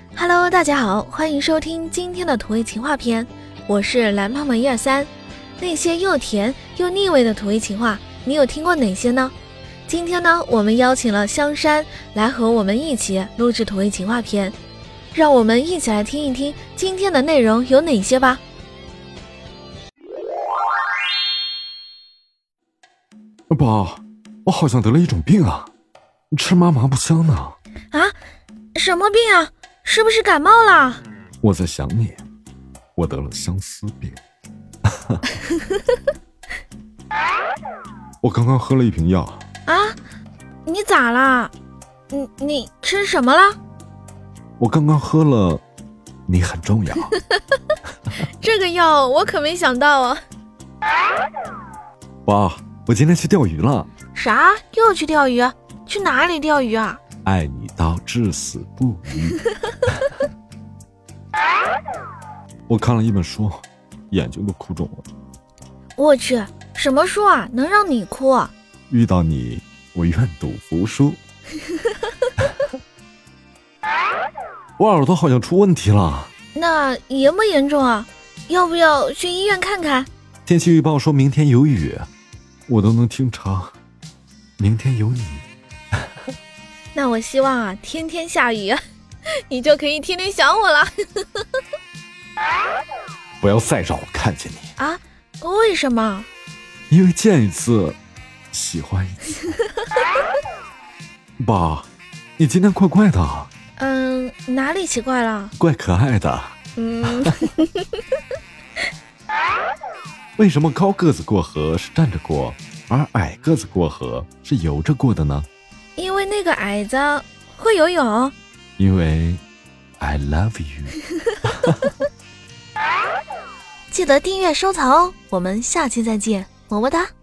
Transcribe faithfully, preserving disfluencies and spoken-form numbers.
Hello， 大家好，欢迎收听今天的土味情话篇，我是蓝胖胖一二三。那些又甜又腻味的土味情话，你有听过哪些呢？今天呢，我们邀请了香山来和我们一起录制土味情话篇，让我们一起来听一听今天的内容有哪些吧。 爸，我好像得了一种病啊，吃麻麻不香呢。 啊？什么病啊？是不是感冒了？ 我在想你，我得了相思病。我刚刚喝了一瓶药。 啊？你咋了？你你吃什么了？ 我刚刚喝了，你很重要。 这个药我可没想到啊。 爸，我今天去钓鱼了。 啥？又去钓鱼？去哪里钓鱼啊？ 爱你到至死不渝。我看了一本书，眼睛都哭肿了。 我去，什么书啊？能让你哭啊？ 遇到你，我愿赌服输。我耳朵好像出问题了。 那严不严重啊？要不要去医院看看？ 天气预报说明天有雨，我都能听成明天有你。 那我希望啊，天天下雨，你就可以天天想我了。 不要再让我看见你啊？为什么？ 因为见一次喜欢一次。爸，你今天怪怪的。 嗯，哪里奇怪了？ 怪可爱的。 嗯。 为什么高个子过河是站着过，而矮个子过河是游着过的呢？ 因为那个矮子会游泳。 因为 I love you。 记得订阅收藏哦，我们下期再见，么么哒。